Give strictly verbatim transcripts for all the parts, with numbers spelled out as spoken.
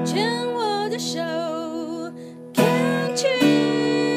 牵我的手 Can't you。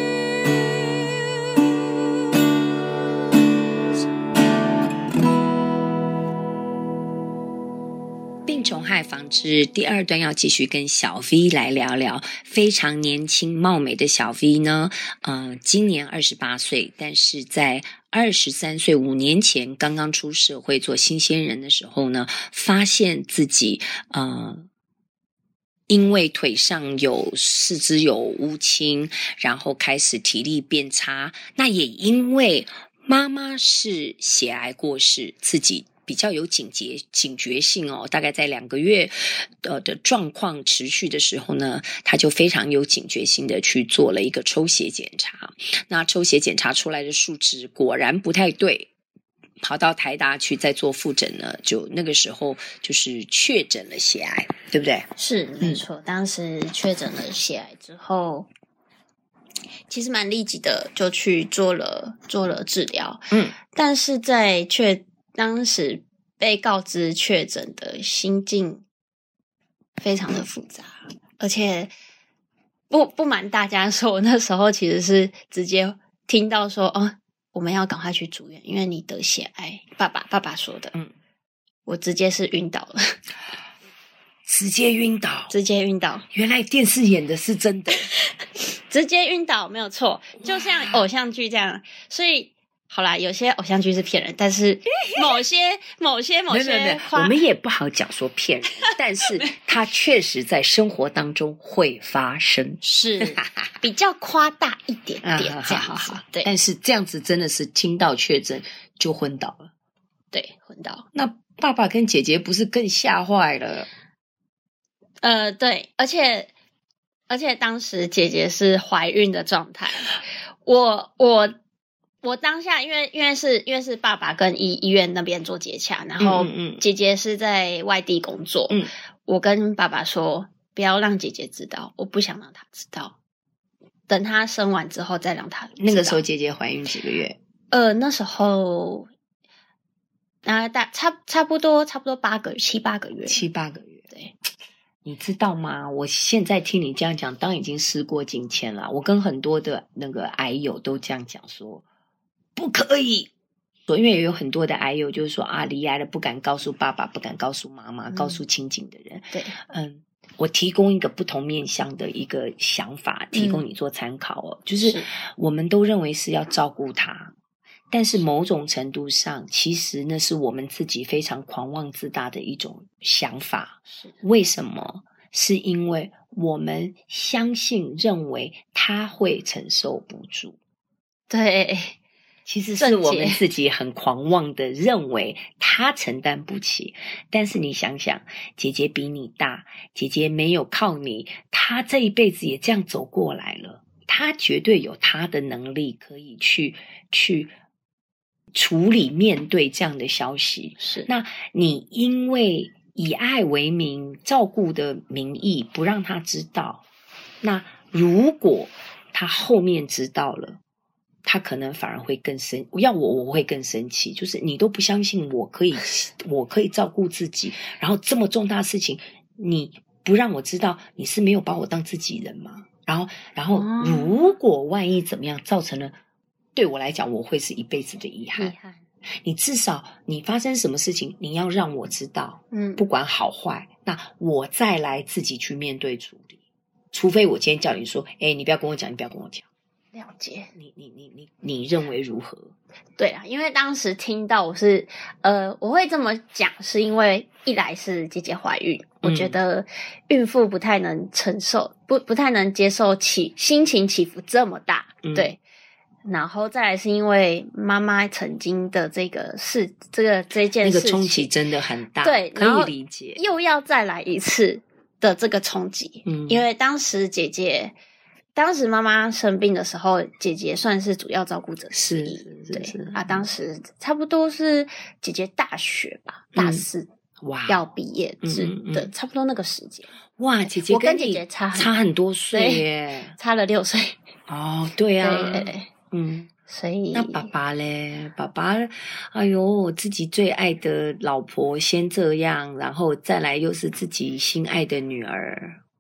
病虫害防治第二段要继续跟小 V 来聊聊。非常年轻貌美的小 V 呢，呃，今年二十八岁，但是在二十三岁五年前刚刚出社会做新鲜人的时候呢，发现自己呃因为腿上有四肢有乌青，然后开始体力变差，那也因为妈妈是血癌过世，自己比较有警觉警觉性哦，大概在两个月呃的状况持续的时候呢，他就非常有警觉性的去做了一个抽血检查。那抽血检查出来的数值果然不太对，跑到台大去再做复诊呢，就那个时候就是确诊了血癌，对不对？ 是没错、嗯、当时确诊了血癌之后，其实蛮立即的就去做了做了治疗。嗯，但是在确当时被告知确诊的心境非常的复杂，而且不不瞒大家说，我那时候其实是直接听到说，哦，我们要赶快去住院，因为你得血癌。爸爸爸爸说的，嗯，我直接是晕倒了， 直接晕倒， 直接晕倒。 原来电视演的是真的， 直接晕倒没有错，就像偶像剧这样，所以。好啦，有些偶像剧是骗人，但是某些某些某些没有没有，我们也不好讲说骗人，但是它确实在生活当中会发生， 是比较夸大一点点这样子。对， 但是这样子真的是听到确诊就昏倒了， 对，昏倒。 那爸爸跟姐姐不是更吓坏了？ 呃，对，而且而且当时姐姐是怀孕的状态，我我。我当下因为因为是因为是爸爸跟医医院那边做接洽，然后姐姐是在外地工作，嗯，我跟爸爸说不要让姐姐知道，我不想让她知道，等她生完之后再让她知道。 那个时候姐姐怀孕几个月？ 呃，那时候啊，大差差不多差不多八个七八个月， 七八个月， 对。 你知道吗？我现在听你这样讲，当已经事过境迁了。我跟很多的那个癌友都这样讲说。不可以，因为有很多的癌友就是说啊，罹癌了不敢告诉爸爸，不敢告诉妈妈，嗯、告诉亲近的人。 对， 嗯，我提供一个不同面向的一个想法，提供你做参考哦。嗯、就是我们都认为是要照顾他，但是某种程度上，其实那是我们自己非常狂妄自大的一种想法。 是为什么？是因为我们相信认为他会承受不住。 对。 其实是我们自己很狂妄的认为他承担不起，但是你想想，姐姐比你大，姐姐没有靠你，她这一辈子也这样走过来了，她绝对有她的能力可以去去处理面对这样的消息。 是， 那你因为以爱为名，照顾的名义不让她知道，那如果她后面知道了，他可能反而会更生，要我我会更生气，就是你都不相信我可以我可以照顾自己，然后这么重大的事情你不让我知道，你是没有把我当自己人吗？然后然后如果万一怎么样造成了，对我来讲我会是一辈子的遗憾。 遗憾， 你至少你发生什么事情你要让我知道， 嗯， 不管好坏，那我再来自己去面对处理，除非我今天叫你说，诶，你不要跟我讲，你不要跟我讲。 了解， 你你你你你认为如何？ 对啊，因为当时听到我是呃，我会这么讲，是因为一来是姐姐怀孕，嗯、我觉得孕妇不太能承受，不不太能接受起心情起伏这么大，嗯、对。然后再来是因为妈妈曾经的这个事，这个这件事情， 那个冲击真的很大， 对， 可以理解。 又要再来一次的这个冲击，嗯，因为当时姐姐。当时妈妈生病的时候，姐姐算是主要照顾者之一。 是是对是啊，当时差不多是姐姐大学吧，嗯、大四哇要毕业之的、嗯嗯嗯，差不多那个时间。 哇，姐姐我跟姐姐差差很多岁耶， 差了六岁。 哦，对啊， 对对嗯， 所以那爸爸嘞，爸爸，哎呦，自己最爱的老婆先这样，然后再来又是自己心爱的女儿。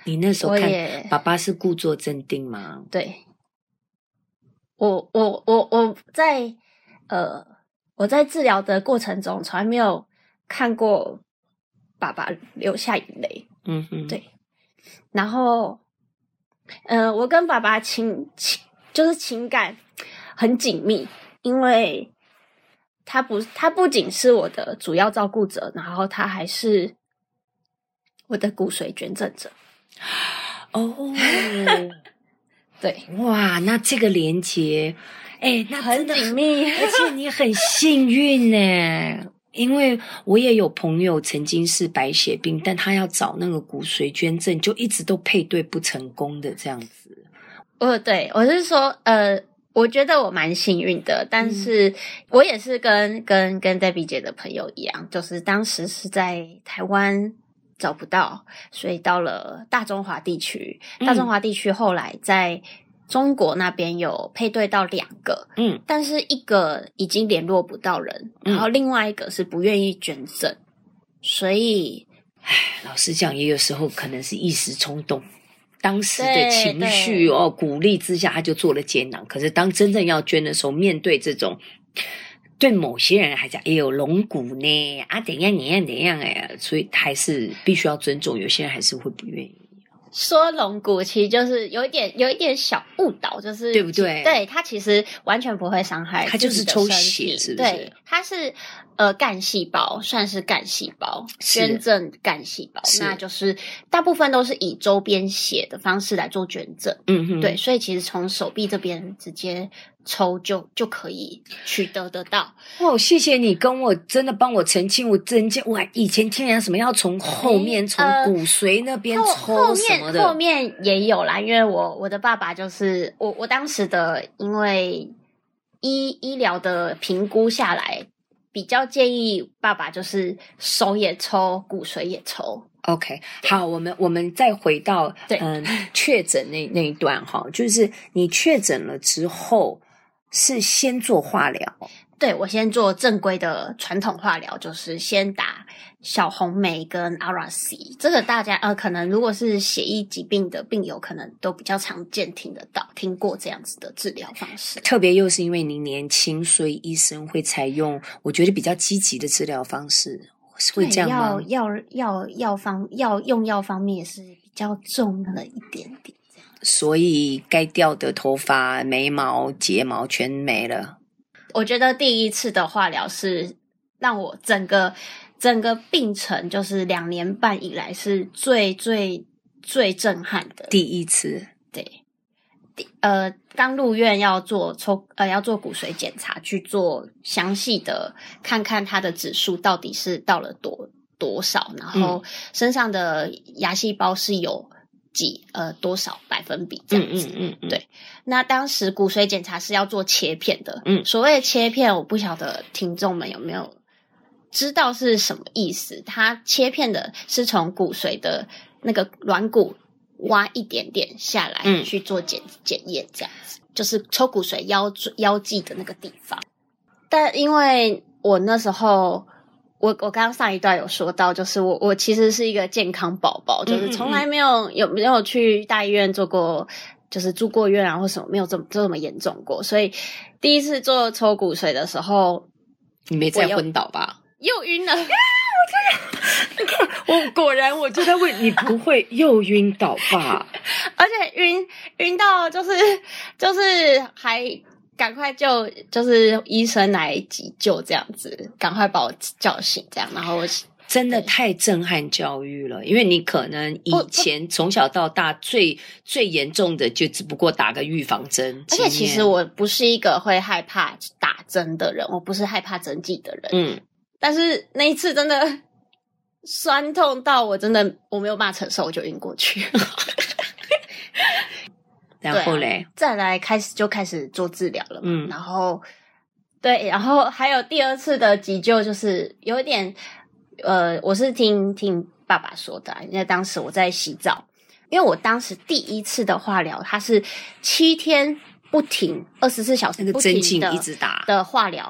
你那时候看我也爸爸是故作镇定吗？ 对，我我我我在呃我在治疗的过程中，从来没有看过爸爸流下眼泪。 嗯哼， 对。然后，呃，我跟爸爸情情就是情感很紧密，因为他不他不仅是我的主要照顾者，然后他还是我的骨髓捐赠者。 哦， 对， 哇，那这个连结，哎，那很真的紧密， 而且你很幸运呢。因为我也有朋友曾经是白血病，但他要找那个骨髓捐赠，就一直都配对不成功的这样子。 哦，对，我是说，呃，我觉得我蛮幸运的，但是我也是跟跟跟 Debbie 姐的朋友一样，就是当时是在台湾找不到，所以到了大中华地区，大中华地区后来在中国那边有配对到两个， 嗯， 但是一个已经联络不到人， 嗯、 然后另外一个是不愿意捐赠，所以， 唉，老实讲，也有时候可能是一时冲动，当时的情绪哦鼓励之下，他就做了结囊。可是当真正要捐的时候，面对这种，对某些人还讲，哎呦龙骨呢啊，怎样怎样怎样哎，所以还是必须要尊重，有些人还是会不愿意。 说龙骨其实就是有一点有一点小误导，就是对不对？ 对，它其实完全不会伤害它就是抽血，是不是？ 对，它是呃干细胞，算是干细胞捐赠干细胞，那就是大部分都是以周边血的方式来做捐赠。 嗯哼， 对，所以其实从手臂这边直接抽就就可以取得得到。 哇，谢谢你跟我真的帮我澄清，我真见哇，以前听人家什么要从后面从、呃、骨髓那边抽什么的， 后面后面也有啦，因为我我的爸爸就是我我当时的因为医医疗的评估下来，比较建议爸爸就是手也抽，骨髓也抽。 OK， 好，我们我们再回到嗯确诊那那一段哈，就是你确诊了之后是先做化疗。 对，我先做正规的传统化疗，就是先打小红莓跟 A R A C， 这个大家呃可能如果是血液疾病的病友，可能都比较常见听得到、听过这样子的治疗方式。 特别又是因为你年轻，所以医生会采用我觉得比较积极的治疗方式，会这样吗？ 药药药药方药用药方面也是比较重了一点点，这样。 所以该掉的头发、眉毛、睫毛全没了。 我觉得第一次的化疗是让我整个整个病程，就是两年半以来是最最最震撼的第一次。 对，呃，刚入院要做抽呃要做骨髓检查，去做详细的看看它的指数到底是到了多多少，然后身上的牙细胞是有几呃多少百分比这样子。嗯嗯嗯，对。那当时骨髓检查是要做切片的。嗯，所谓的切片，我不晓得听众们有没有知道是什么意思。它切片的是从骨髓的那个软骨挖一点点下来，嗯，去做检检验，这样子就是抽骨髓腰腰际的那个地方。但因为我那时候。我我刚刚上一段有说到，就是我我其实是一个健康宝宝，就是从来没有有没有去大医院做过，就是住过院啊或什么，没有这么这么严重过。所以第一次做抽骨髓的时候， 你没再昏倒吧？ 又晕了。啊， 我这个，你看，我果然我就在问你，不会又晕倒吧？ 而且晕晕到就是就是还。赶快就就是医生来急救这样子，赶快把我叫醒这样，然后真的太震撼教育了，因为你可能以前从小到大最最严重的就只不过打个预防针， 而且其实我不是一个会害怕打针的人，我不是害怕针剂的人，嗯，但是那一次真的酸痛到我真的我没有办法承受，我就晕过去。 然后嘞、 啊，再来开始就开始做治疗了嘛。嗯，然后对，然后还有第二次的急救，就是有一点，呃，我是听听爸爸说的，因为当时我在洗澡，因为我当时第一次的化疗，它是七天不停，二十四小时不停的一直打的化疗，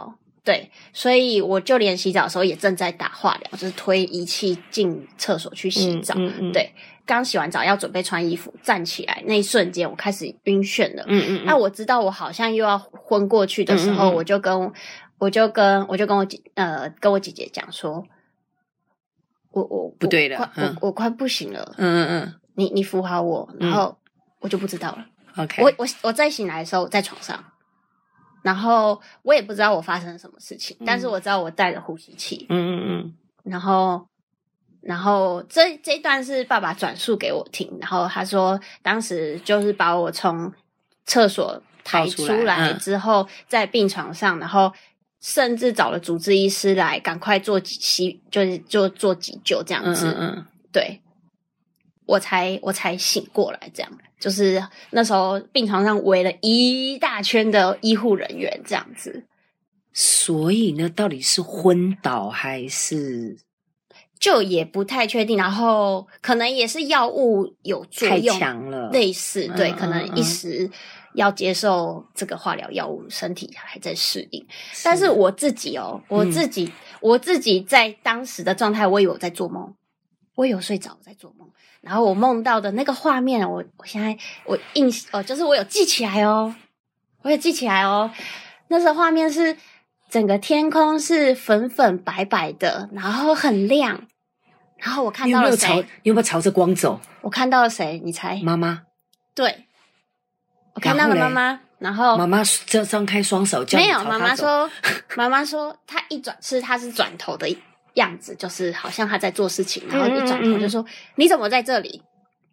对，所以我就连洗澡的时候也正在打化疗，就是推仪器进厕所去洗澡。嗯嗯嗯对，刚洗完澡要准备穿衣服，站起来那一瞬间，我开始晕眩了。嗯嗯那、嗯啊、我知道我好像又要昏过去的时候，嗯嗯嗯我就跟我就跟我就跟我姐呃跟我姐姐讲说，我我不对了， 我、嗯、我我快不行了。 嗯嗯嗯， 你你扶好我，然后我就不知道了。 OK，、 嗯、我我我再醒来的时候，我在床上。然后我也不知道我发生了什么事情，嗯、但是我知道我带了呼吸器。嗯嗯嗯。然后，然后这这一段是爸爸转述给我听，然后他说当时就是把我从厕所抬出来之后，嗯、在病床上，然后甚至找了主治医师来赶快做急，就是就做急救这样子。嗯嗯嗯。对，我才我才醒过来这样。就是那时候病床上围了一大圈的医护人员这样子， 所以呢，到底是昏倒还是就也不太确定，然后可能也是药物有作用， 太强了， 类似对，嗯、可能一时要接受这个化疗药物，身体还在适应。是但是我自己哦，我自己、嗯、我自己在当时的状态，我以为我在做梦，我有睡着在做梦。然后我梦到的那个画面，我我现在我印哦，就是我有记起来哦，我有记起来哦。那时候画面是整个天空是粉粉白白的，然后很亮。然后我看到了谁？ 你有没有朝？你有没有朝着光走？ 我看到了谁？你猜？ 妈妈。 对，我看到了妈妈。然后妈妈张张开双手叫你朝她走。 没有，妈妈说，妈妈说她一转是她是转头的。样子就是好像他在做事情，然后一转头就说：“嗯嗯嗯你怎么在这里？”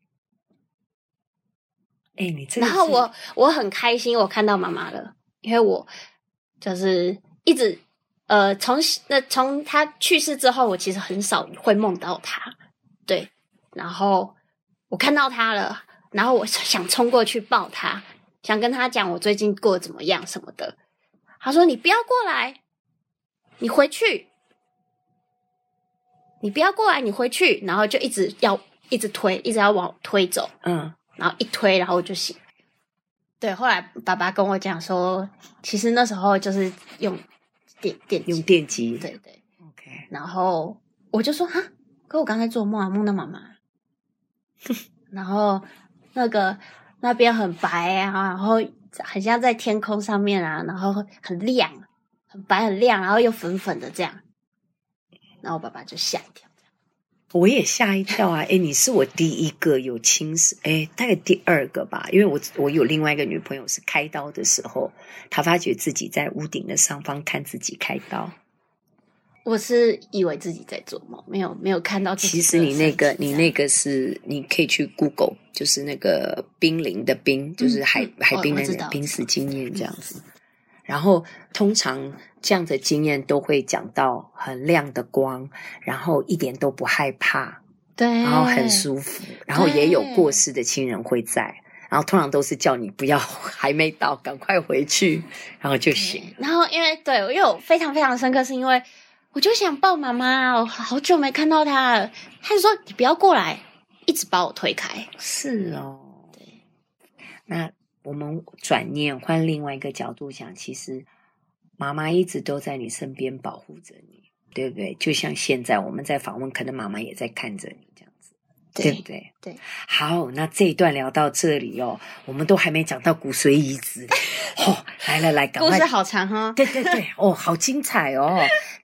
哎、欸，你这个…… 然后我我很开心，我看到妈妈了，因为我就是一直呃从那从他去世之后，我其实很少会梦到他，对。然后我看到他了，然后我想冲过去抱他，想跟他讲我最近过得怎么样什么的。他说：“你不要过来，你回去。”你不要过来，你回去，然后就一直要一直推，一直要往推走，嗯，然后一推，然后我就醒。对，后来爸爸跟我讲说，其实那时候就是用电电用电击， 对对 ，OK。 然后我就说哈，可我刚才做梦啊，梦到妈妈，然后那个那边很白啊，然后很像在天空上面啊，然后很亮，很白很亮，然后又粉粉的这样。然后我爸爸就吓一跳， 我也吓一跳啊！诶，你是我第一个有亲视，诶，大概第二个吧，因为我我有另外一个女朋友是开刀的时候，她发觉自己在屋顶的上方看自己开刀。 我是以为自己在做梦，没有没有看到自己的。 其实你那个你那个是你可以去 Google， 就是那个濒临的濒，就是海、嗯、海滨的那濒死经验这样子。然后通常这样的经验都会讲到很亮的光，然后一点都不害怕， 对， 然后很舒服，然后也有过世的亲人会在，然后通常都是叫你不要还没到，赶快回去，然后就醒。 然后因为对，因为我非常非常深刻，是因为我就想抱妈妈，我好久没看到她了，她就说你不要过来，一直把我推开。 是哦，对，那。我们转念换另外一个角度想，其实妈妈一直都在你身边保护着你，对不对？就像现在我们在访问，可能妈妈也在看着你这样子， 对, 对不对？ 对。 好，那这一段聊到这里哦，我们都还没讲到骨髓移植哦，来来来，赶快， 故事好长哈、哦， 对对对，哦，好精彩哦！